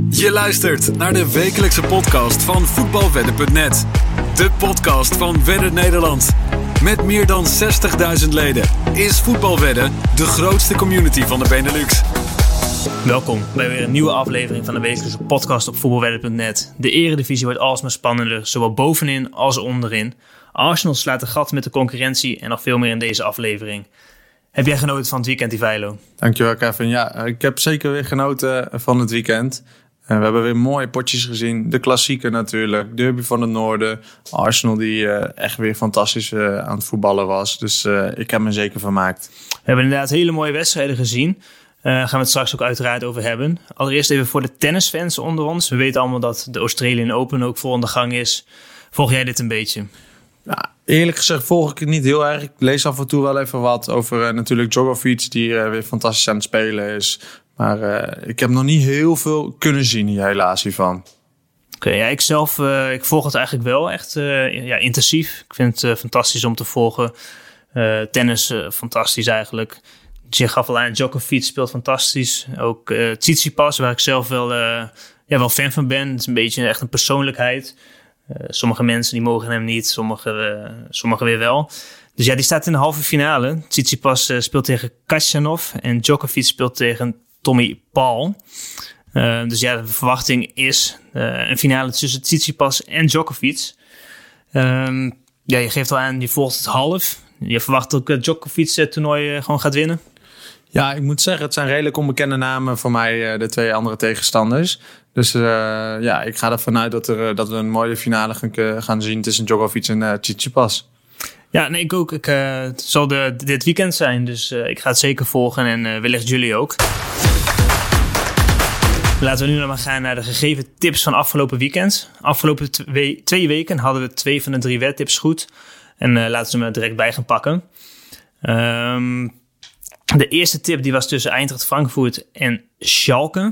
Je luistert naar de wekelijkse podcast van voetbalwedden.net. De podcast van Wedden Nederland. Met meer dan 60.000 leden is Voetbalwedden de grootste community van de Benelux. Welkom bij weer een nieuwe aflevering van de wekelijkse podcast op voetbalwedden.net. De eredivisie wordt alsmaar spannender, zowel bovenin als onderin. Arsenal slaat een gat met de concurrentie en nog veel meer in deze aflevering. Heb jij genoten van het weekend, Ivailo? Dankjewel, Kevin. Ja, ik heb zeker weer genoten van het weekend. We hebben weer mooie potjes gezien. De klassieker natuurlijk. Derby van het Noorden. Arsenal die echt weer fantastisch aan het voetballen was. Dus ik heb me zeker vermaakt. We hebben inderdaad hele mooie wedstrijden gezien. Gaan we het straks ook uiteraard over hebben. Allereerst even voor de tennisfans onder ons. We weten allemaal dat de Australian Open ook vol aan de gang is. Volg jij dit een beetje? Ja, eerlijk gezegd volg ik het niet heel erg. Ik lees af en toe wel even wat over natuurlijk Djokovic, die weer fantastisch aan het spelen is. Maar ik heb nog niet heel veel kunnen zien hier helaas hiervan. Oké, ja, ik volg het eigenlijk wel echt intensief. Ik vind het fantastisch om te volgen. Tennis fantastisch eigenlijk. Je gaf al aan, Djokovic speelt fantastisch. Ook Tsitsipas, waar ik zelf wel fan van ben. Het is een beetje echt een persoonlijkheid. Sommige mensen die mogen hem niet, sommige weer wel. Dus ja, die staat in de halve finale. Tsitsipas speelt tegen Khachanov en Djokovic speelt tegen Tommy Paul. Dus ja, de verwachting is een finale tussen Tsitsipas en Djokovic. Je geeft al aan, je volgt het half. Je verwacht ook dat Djokovic het toernooi gewoon gaat winnen? Ja, ik moet zeggen, het zijn redelijk onbekende namen voor mij, de twee andere tegenstanders. Dus ik ga ervan uit dat we een mooie finale gaan zien tussen Djokovic en Tsitsipas. Ja, nee, ik ook. Het zal dit weekend zijn, dus ik ga het zeker volgen en wellicht jullie ook. Laten we nu nog maar gaan naar de gegeven tips van afgelopen weekend. Afgelopen 2 weken hadden we 2 van de 3 wedtips goed. En laten we ze maar direct bij gaan pakken. De eerste tip die was tussen Eintracht Frankfurt en Schalke.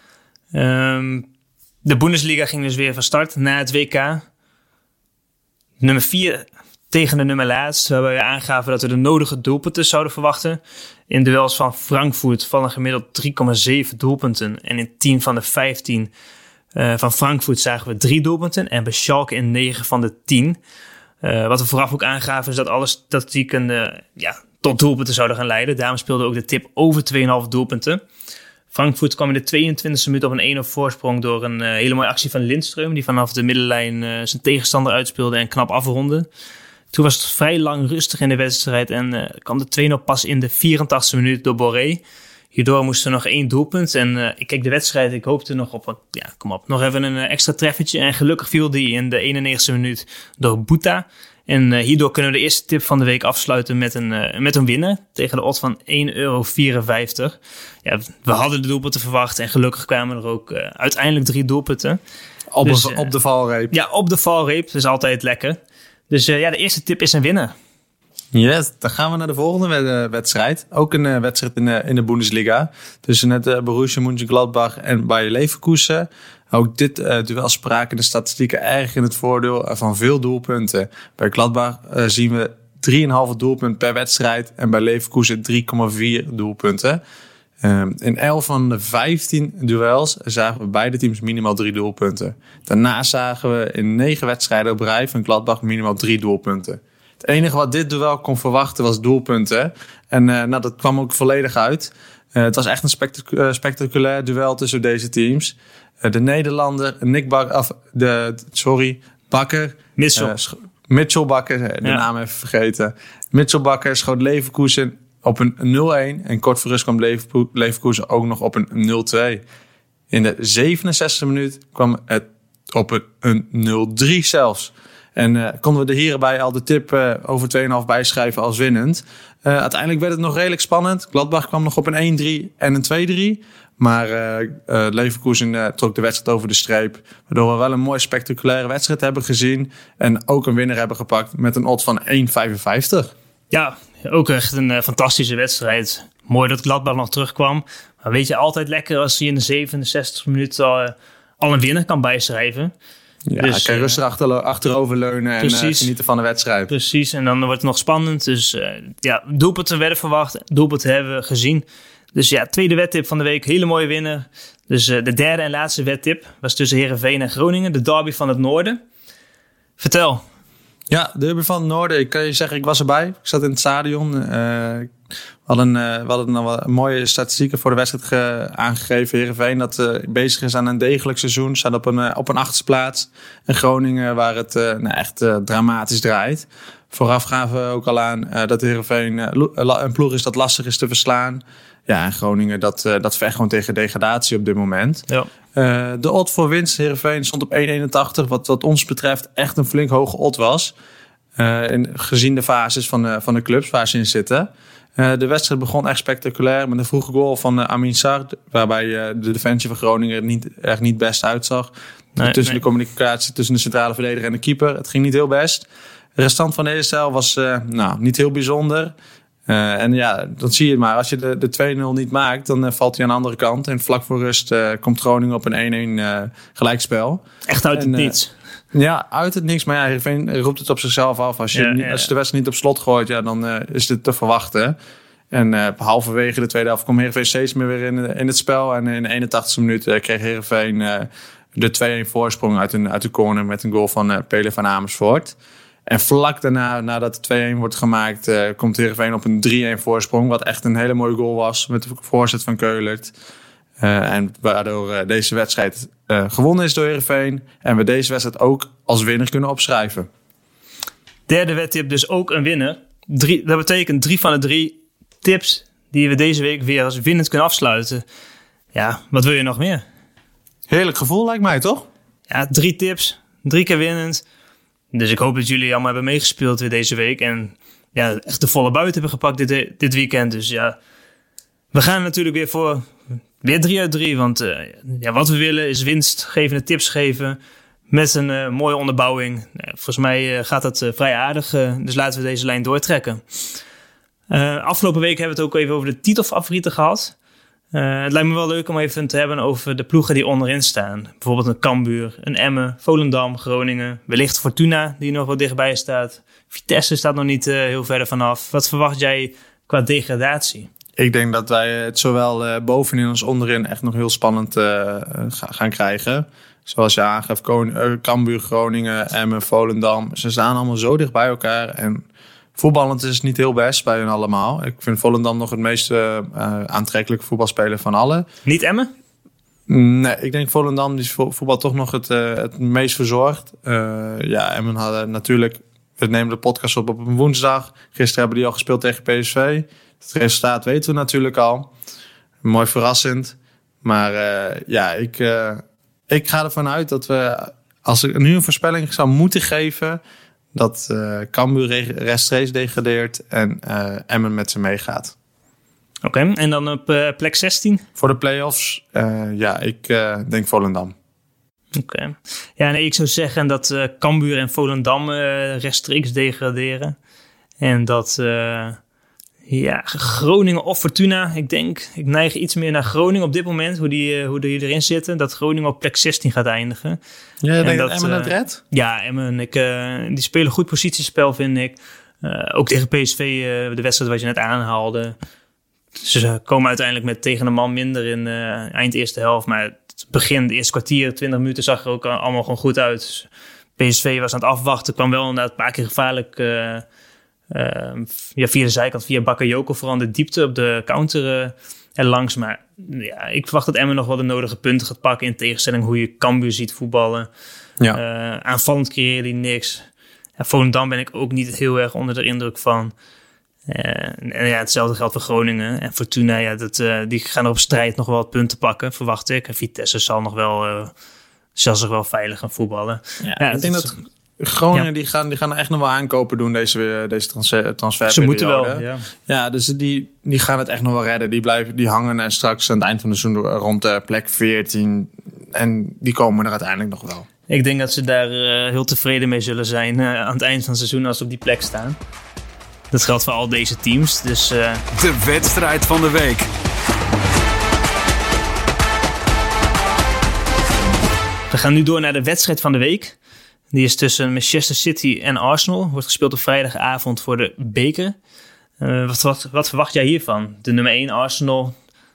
De Bundesliga ging dus weer van start na het WK. Nummer 4 tegen de nummer laatst. Waarbij we aangaven dat we de nodige doelpunten zouden verwachten. In duels van Frankfurt vallen gemiddeld 3,7 doelpunten. En in 10 van de 15 van Frankfurt zagen we 3 doelpunten. En bij Schalke in 9 van de 10. Wat we vooraf ook aangaven is dat alle statistieken tot doelpunten zouden gaan leiden. Daarom speelde ook de tip over 2,5 doelpunten. Frankfurt kwam in de 22e minuut op een 1-0 voorsprong door een hele mooie actie van Lindström, die vanaf de middenlijn zijn tegenstander uitspeelde en knap afronde. Toen was het vrij lang rustig in de wedstrijd en kwam de 2-0 pas in de 84e minuut door Borré. Hierdoor moest er nog 1 doelpunt. En ik keek de wedstrijd, ik hoopte nog op nog even een extra treffertje. En gelukkig viel die in de 91e minuut door Buta. En hierdoor kunnen we de eerste tip van de week afsluiten met een winnaar. Tegen de odds van €1,54. Ja, we hadden de doelpunten verwacht en gelukkig kwamen er ook uiteindelijk 3 doelpunten. Op de valreep. Ja, op de valreep. Dat is altijd lekker. Dus de eerste tip is een winnaar. Yes, dan gaan we naar de volgende wedstrijd. Ook een wedstrijd in de Bundesliga. Tussen het Borussia Mönchengladbach en Bayer Leverkusen. Ook dit duel spraken de statistieken erg in het voordeel van veel doelpunten. Bij Gladbach zien we 3,5 doelpunt per wedstrijd. En bij Leverkusen 3,4 doelpunten. In 11 van de 15 duels zagen we beide teams minimaal 3 doelpunten. Daarnaast zagen we in 9 wedstrijden op rij van Gladbach minimaal 3 doelpunten. Het enige wat dit duel kon verwachten was doelpunten. En dat kwam ook volledig uit. Het was echt een spectaculair duel tussen deze teams. De Nederlander Bakker. Mitchell Bakker, de naam even vergeten. Mitchell Bakker schoot Leverkusen op een 0-1. En kort voor rust kwam Leverkusen ook nog op een 0-2. In de 67e minuut kwam het op een 0-3 zelfs. En konden we er hierbij al de tip over 2,5 bijschrijven als winnend. Uiteindelijk werd het nog redelijk spannend. Gladbach kwam nog op een 1-3 en een 2-3. Maar Leverkusen trok de wedstrijd over de streep. Waardoor we wel een mooi spectaculaire wedstrijd hebben gezien. En ook een winnaar hebben gepakt met een odds van 1,55. Ja, ook echt een fantastische wedstrijd. Mooi dat Gladbach nog terugkwam. Maar weet je, altijd lekker als je in de 67 minuten al een winnaar kan bijschrijven. Ja, dus, kan je rustig achterover leunen en genieten van de wedstrijd. Precies, en dan wordt het nog spannend. Dus doelpunten werden verwacht, doelpunten hebben we gezien. Dus ja, tweede wedtip van de week. Hele mooie winnaar. Dus de derde en laatste wedtip was tussen Heerenveen en Groningen. De derby van het noorden. Vertel. Ja, de derby van het noorden. Ik kan je zeggen, ik was erbij. Ik zat in het stadion. We hadden nog wel mooie statistieken voor de wedstrijd aangegeven. Heerenveen dat bezig is aan een degelijk seizoen. Staat op een 8e plaats. En Groningen waar het echt dramatisch draait. Vooraf gaven we ook al aan dat Heerenveen een ploeg is dat lastig is te verslaan. Ja, en Groningen dat vecht gewoon tegen degradatie op dit moment. Ja. De odd voor winst Heerenveen stond op 1,81. Wat ons betreft echt een flink hoge odd was. Gezien de fases van de clubs waar ze in zitten. De wedstrijd begon echt spectaculair met een vroege goal van Amin Sarr. Waarbij de defensie van Groningen er niet best uitzag. De communicatie tussen de centrale verdediger en de keeper. Het ging niet heel best. De restant van de eerste helft was niet heel bijzonder. En ja, dat zie je maar. Als je de 2-0 niet maakt, dan valt hij aan de andere kant. En vlak voor rust komt Groningen op een 1-1 gelijkspel. Echt uit het niets. Ja, uit het niks. Maar ja, Heerenveen roept het op zichzelf af. Als je de wedstrijd niet op slot gooit, ja, dan is dit te verwachten. En halverwege de tweede helft kwam Heerenveen steeds meer weer in het spel. En in de 81e minuut kreeg Heerenveen de 2-1 voorsprong uit de corner met een goal van Pele van Amersfoort. En vlak daarna, nadat de 2-1 wordt gemaakt, komt Heerenveen op een 3-1 voorsprong. Wat echt een hele mooie goal was met de voorzet van Keulert. En waardoor deze wedstrijd gewonnen is door Heerenveen. En we deze wedstrijd ook als winnaar kunnen opschrijven. Derde wedtip dus ook een winnaar. Dat betekent 3 van de 3 tips die we deze week weer als winnend kunnen afsluiten. Ja, wat wil je nog meer? Heerlijk gevoel lijkt mij, toch? Ja, 3 tips, 3 keer winnend. Dus ik hoop dat jullie allemaal hebben meegespeeld weer deze week. En ja, echt de volle buiten hebben gepakt dit weekend. Dus ja, we gaan natuurlijk weer voor 3 uit 3. Want wat we willen is winstgevende tips geven. Met een mooie onderbouwing. Volgens mij gaat dat vrij aardig. Dus laten we deze lijn doortrekken. Afgelopen week hebben we het ook even over de titelfavorieten gehad. Het lijkt me wel leuk om even te hebben over de ploegen die onderin staan. Bijvoorbeeld een Cambuur, een Emmen, Volendam, Groningen. Wellicht Fortuna die nog wat dichtbij staat. Vitesse staat nog niet heel verder vanaf. Wat verwacht jij qua degradatie? Ik denk dat wij het zowel bovenin als onderin echt nog heel spannend gaan krijgen. Zoals je aangeeft, Cambuur, Groningen, Emmen, Volendam. Ze staan allemaal zo dicht bij elkaar. En voetballend is het niet heel best bij hen allemaal. Ik vind Volendam nog het meest aantrekkelijke voetbalspeler van allen. Niet Emmen? Nee, ik denk Volendam die voetbal toch nog het meest verzorgd. Emmen hadden natuurlijk... We nemen de podcast op een woensdag. Gisteren hebben die al gespeeld tegen PSV. Het resultaat weten we natuurlijk al. Mooi verrassend. Maar ik ga ervan uit dat we... Als ik nu een voorspelling zou moeten geven... dat Cambuur rechtstreeks degradeert en Emmen met ze meegaat. Oké, en dan op plek 16? Voor de play-offs, ik denk Volendam. Oké. Ja, nee, ik zou zeggen dat Cambuur en Volendam rechtstreeks degraderen. En dat Groningen of Fortuna, ik neig iets meer naar Groningen op dit moment, hoe die erin zitten. Dat Groningen op plek 16 gaat eindigen. Ja, ik denk dat Emmen het redt? Ja, Emmen, die spelen goed positiespel, vind ik. Ook tegen PSV, de wedstrijd wat je net aanhaalde. Ze komen uiteindelijk met tegen een man minder in eind eerste helft. Maar het begin, de eerste kwartier, 20 minuten zag er ook allemaal gewoon goed uit. Dus PSV was aan het afwachten, kwam wel inderdaad een paar keer gevaarlijk via de zijkant, via Bakayoko vooral de diepte op de counter erlangs. Maar ja, ik verwacht dat Emmen nog wel de nodige punten gaat pakken in tegenstelling hoe je Cambuur ziet voetballen. Ja. Aanvallend creëren die niks. Volendam ben ik ook niet heel erg onder de indruk van. Hetzelfde geldt voor Groningen. En Fortuna, die gaan er op strijd nog wel wat punten pakken, verwacht ik. En Vitesse zal zich wel veilig gaan voetballen. Ja, ik denk dat Groningen die gaan echt nog wel aankopen doen deze transferperiode. Ze moeten wel, ja. Ja, dus die gaan het echt nog wel redden. Die hangen en straks aan het eind van het seizoen rond plek 14. En die komen er uiteindelijk nog wel. Ik denk dat ze daar heel tevreden mee zullen zijn aan het eind van het seizoen als ze op die plek staan. Dat geldt voor al deze teams. Dus, De wedstrijd van de week. We gaan nu door naar de wedstrijd van de week. Die is tussen Manchester City en Arsenal. Wordt gespeeld op vrijdagavond voor de beker. Wat verwacht jij hiervan? De nummer 1 Arsenal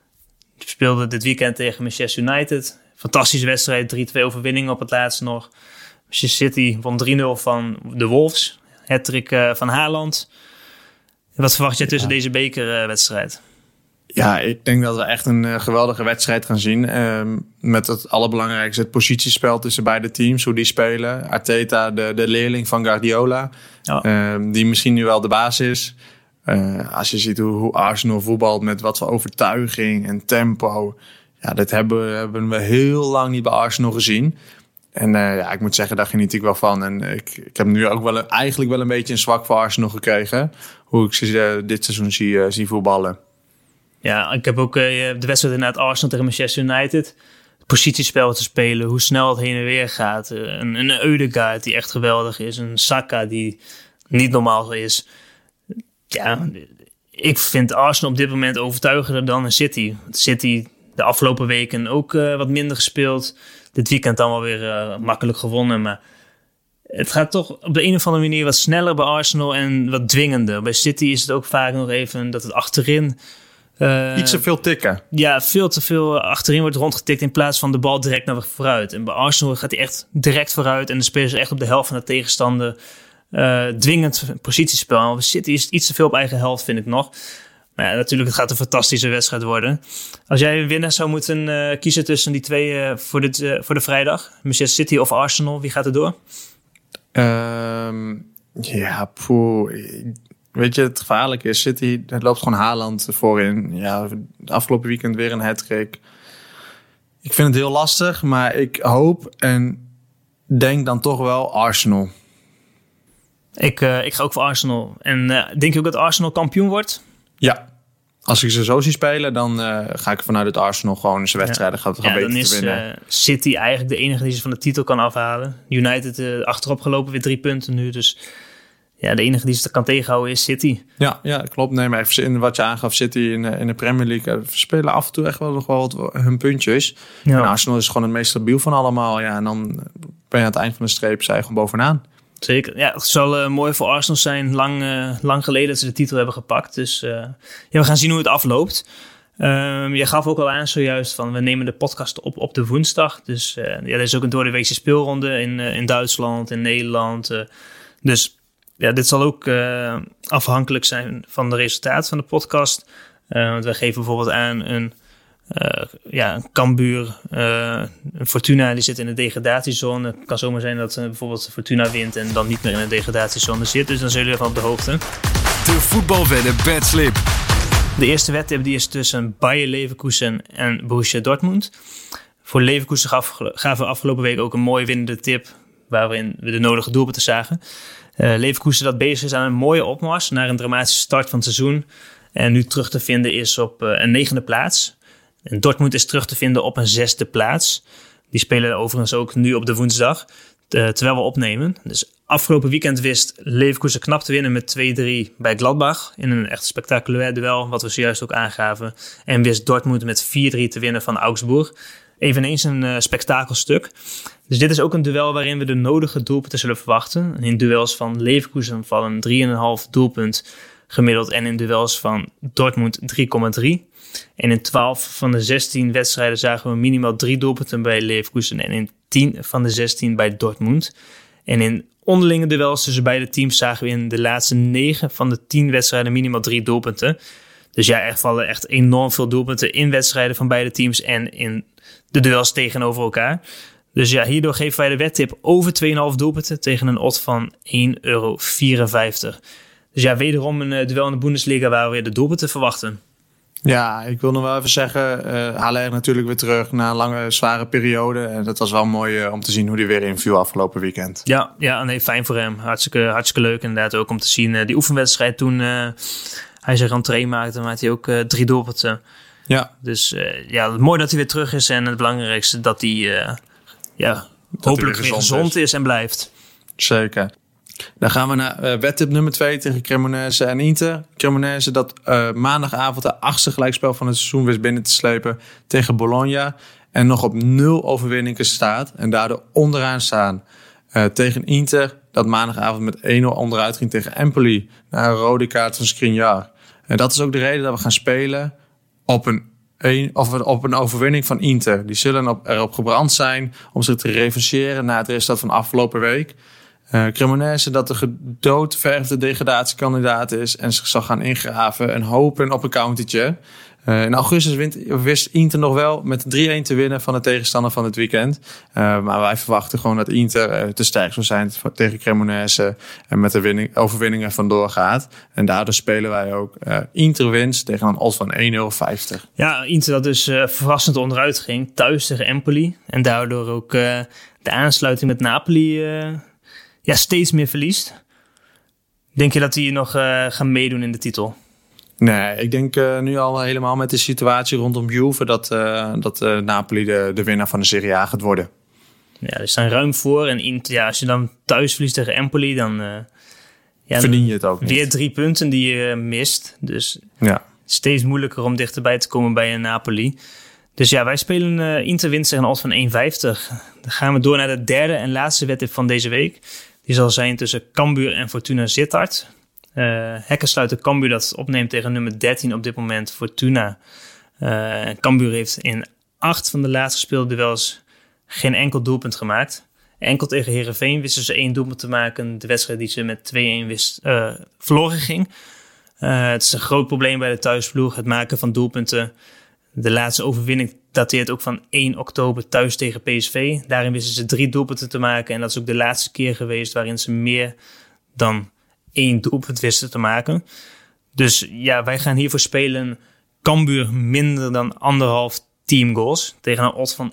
We speelden dit weekend tegen Manchester United. Fantastische wedstrijd, 3-2 overwinning op het laatste nog. Manchester City won 3-0 van de Wolves. Hattrick van Haaland. Wat verwacht jij tussen deze bekerwedstrijd? Ja, ik denk dat we echt een geweldige wedstrijd gaan zien. Met het allerbelangrijkste, het positiespel tussen beide teams. Hoe die spelen. Arteta, de leerling van Guardiola. Ja. Die misschien nu wel de baas is. Als je ziet hoe Arsenal voetbalt met wat voor overtuiging en tempo. Ja, dat hebben we heel lang niet bij Arsenal gezien. En ik moet zeggen, daar geniet ik wel van. En ik heb nu ook eigenlijk wel een beetje een zwak voor Arsenal gekregen. Hoe ik ze dit seizoen zie voetballen. Ja, ik heb ook de wedstrijd inderdaad Arsenal tegen Manchester United. Het positiespel te spelen, hoe snel het heen en weer gaat. Een Ødegaard die echt geweldig is. Een Saka die niet normaal is. Ja, ik vind Arsenal op dit moment overtuigender dan een City. City de afgelopen weken ook wat minder gespeeld. Dit weekend dan wel weer makkelijk gewonnen. Maar het gaat toch op de een of andere manier wat sneller bij Arsenal en wat dwingender. Bij City is het ook vaak nog even dat het achterin... iets te veel tikken. Ja, veel te veel achterin wordt rondgetikt in plaats van de bal direct naar vooruit. En bij Arsenal gaat hij echt direct vooruit en de spelen ze echt op de helft van de tegenstander. Dwingend positiespel. Bij City is het iets te veel op eigen helft, vind ik nog. Maar ja, natuurlijk, het gaat een fantastische wedstrijd worden. Als jij een winnaar zou moeten kiezen tussen die twee voor de vrijdag, Manchester City of Arsenal, wie gaat er door? Weet je, het gevaarlijke is, City, het loopt gewoon Haaland voorin. Ja, de afgelopen weekend weer een hat-trick. Ik vind het heel lastig, maar ik hoop en denk dan toch wel Arsenal. Ik ga ook voor Arsenal. En denk je ook dat Arsenal kampioen wordt? Ja. Als ik ze zo zie spelen, dan ga ik vanuit het Arsenal gewoon zijn wedstrijden gaan weten te winnen. Dan is City eigenlijk de enige die ze van de titel kan afhalen. United achterop gelopen, weer 3 punten nu, dus... Ja, de enige die ze kan tegenhouden is City. Ja, klopt. Nee, maar even in wat je aangaf, City in de Premier League spelen af en toe echt wel nog wel hun puntjes. Ja. En Arsenal is gewoon het meest stabiel van allemaal. Ja, en dan ben je aan het eind van de streep gewoon bovenaan. Zeker. Ja, het zal mooi voor Arsenal zijn. Lang geleden dat ze de titel hebben gepakt. Dus we gaan zien hoe het afloopt. Jij gaf ook al aan zojuist van we nemen de podcast op de woensdag. Dus er is ook een doordeweekse speelronde in Duitsland, in Nederland. Dus... Ja, dit zal ook afhankelijk zijn van de resultaten van de podcast. Want wij geven bijvoorbeeld aan een Cambuur, een Fortuna, die zit in de degradatiezone. Het kan zomaar zijn dat bijvoorbeeld Fortuna wint en dan niet meer in de degradatiezone zit. Dus dan zullen we even op de hoogte. De voetbalwedden bedslip. De eerste wedstrijd die is tussen Bayer Leverkusen en Borussia Dortmund. Voor Leverkusen gaven we afgelopen week ook een mooi winnende tip, waarin we de nodige doelpunten zagen. Leverkusen dat bezig is aan een mooie opmars naar een dramatische start van het seizoen. En nu terug te vinden is op een 9e plaats. En Dortmund is terug te vinden op een 6e plaats. Die spelen overigens ook nu op de woensdag, terwijl we opnemen. Dus afgelopen weekend wist Leverkusen knap te winnen met 2-3 bij Gladbach. In een echt spectaculair duel, wat we zojuist ook aangaven. En wist Dortmund met 4-3 te winnen van Augsburg. Eveneens een spektakelstuk. Dus dit is ook een duel waarin we de nodige doelpunten zullen verwachten. In duels van Leverkusen vallen 3,5 doelpunt gemiddeld. En in duels van Dortmund 3,3. En in 12 van de 16 wedstrijden zagen we minimaal 3 doelpunten bij Leverkusen. En in 10 van de 16 bij Dortmund. En in onderlinge duels tussen beide teams zagen we in de laatste 9 van de 10 wedstrijden minimaal 3 doelpunten. Dus ja, er vallen echt enorm veel doelpunten in wedstrijden van beide teams en in de duels tegenover elkaar. Dus ja, hierdoor geven wij de wedtip over 2,5 doelpunten tegen een odd van €1,54. Dus ja, wederom een duel in de Bundesliga waar we weer de doelpunten verwachten. Ja, ik wil nog wel even zeggen, Haller natuurlijk weer terug na een lange, zware periode. En dat was wel mooi om te zien hoe hij weer inviel afgelopen weekend. Ja, nee, fijn voor hem. Hartstikke leuk inderdaad ook om te zien. Die oefenwedstrijd toen hij zijn rentree maakte, maakte hij ook 3 doelpunten. Ja. Dus mooi dat hij weer terug is. En het belangrijkste dat hij hopelijk weer gezond is en blijft. Zeker. Dan gaan we naar wedtip nummer 2 tegen Cremonese en Inter. Cremonese dat maandagavond de 8e gelijkspel van het seizoen wist binnen te slepen tegen Bologna. En nog op 0 overwinningen staat. En daardoor onderaan staan tegen Inter. Dat maandagavond met 1-0 onderuit ging tegen Empoli. Na een rode kaart van Skriniar. En dat is ook de reden dat we gaan spelen op een op een overwinning van Inter. Die zullen erop gebrand zijn om zich te revancheren na het resultaat van afgelopen week. Cremonese dat de gedoodverfde degradatiekandidaat is en zich zal gaan ingraven en hopen op een countertje. In augustus wist Inter nog wel met 3-1 te winnen van de tegenstander van het weekend. Maar wij verwachten gewoon dat Inter te sterk zal zijn tegen Cremonese en met de overwinningen vandoor gaat. En daardoor spelen wij ook Inter wins tegen een odds van 1,50 €. Ja, Inter dat dus verrassend onderuit ging, thuis tegen Empoli. En daardoor ook de aansluiting met Napoli steeds meer verliest. Denk je dat die nog gaan meedoen in de titel? Nee, ik denk nu al helemaal met de situatie rondom Juve dat Napoli de winnaar van de Serie A gaat worden. Ja, er staan ruim voor. En Inter, als je dan thuis verliest tegen Empoli, dan verdien je het ook niet. Weer 3 punten die je mist. Dus steeds moeilijker om dichterbij te komen bij een Napoli. Dus ja, wij spelen Inter wint tegen een odds van 1,50. Dan gaan we door naar de derde en laatste wedstrijd van deze week. Die zal zijn tussen Cambuur en Fortuna Sittard. Hekken sluiten Cambuur dat opneemt tegen nummer 13 op dit moment, Fortuna. Cambuur heeft in 8 van de laatst gespeelde duels geen enkel doelpunt gemaakt. Enkel tegen Heerenveen wisten ze 1 doelpunt te maken. De wedstrijd die ze met 2-1 verloren ging. Het is een groot probleem bij de thuisploeg, het maken van doelpunten. De laatste overwinning dateert ook van 1 oktober thuis tegen PSV. Daarin wisten ze 3 doelpunten te maken. En dat is ook de laatste keer geweest waarin ze meer dan 1 doelpunt wisten te maken. Dus ja, wij gaan hiervoor spelen Cambuur minder dan 1,5 teamgoals. Tegen een odds van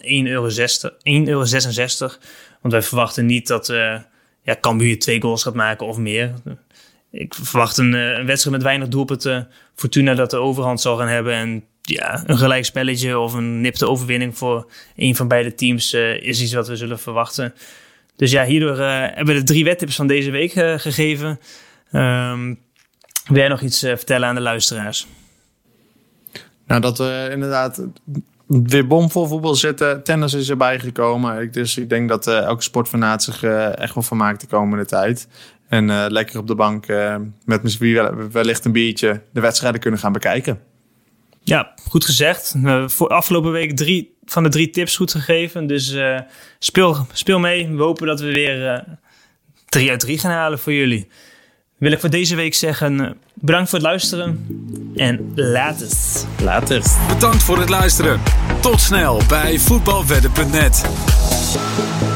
1,66 €. Want wij verwachten niet dat Cambuur 2 goals gaat maken of meer. Ik verwacht een wedstrijd met weinig doelpunten. Fortuna dat de overhand zal gaan hebben. En ja, een gelijk spelletje of een nipte overwinning voor een van beide teams is iets wat we zullen verwachten. Dus ja, hierdoor hebben we de 3 wedtips van deze week gegeven. Wil jij nog iets vertellen aan de luisteraars? Nou, dat we inderdaad weer bomvol voetbal zitten. Tennis is erbij gekomen. Dus ik denk dat elke sportfanaat zich echt wel vermaakt de komende tijd. En lekker op de bank met misschien wellicht een biertje de wedstrijden kunnen gaan bekijken. Ja, goed gezegd. Voor afgelopen week 3 van de 3 tips goed gegeven. Dus speel mee. We hopen dat we weer 3 uit 3 gaan halen voor jullie. Wil ik voor deze week zeggen, bedankt voor het luisteren. En laters. Bedankt voor het luisteren. Tot snel bij voetbalwedden.net.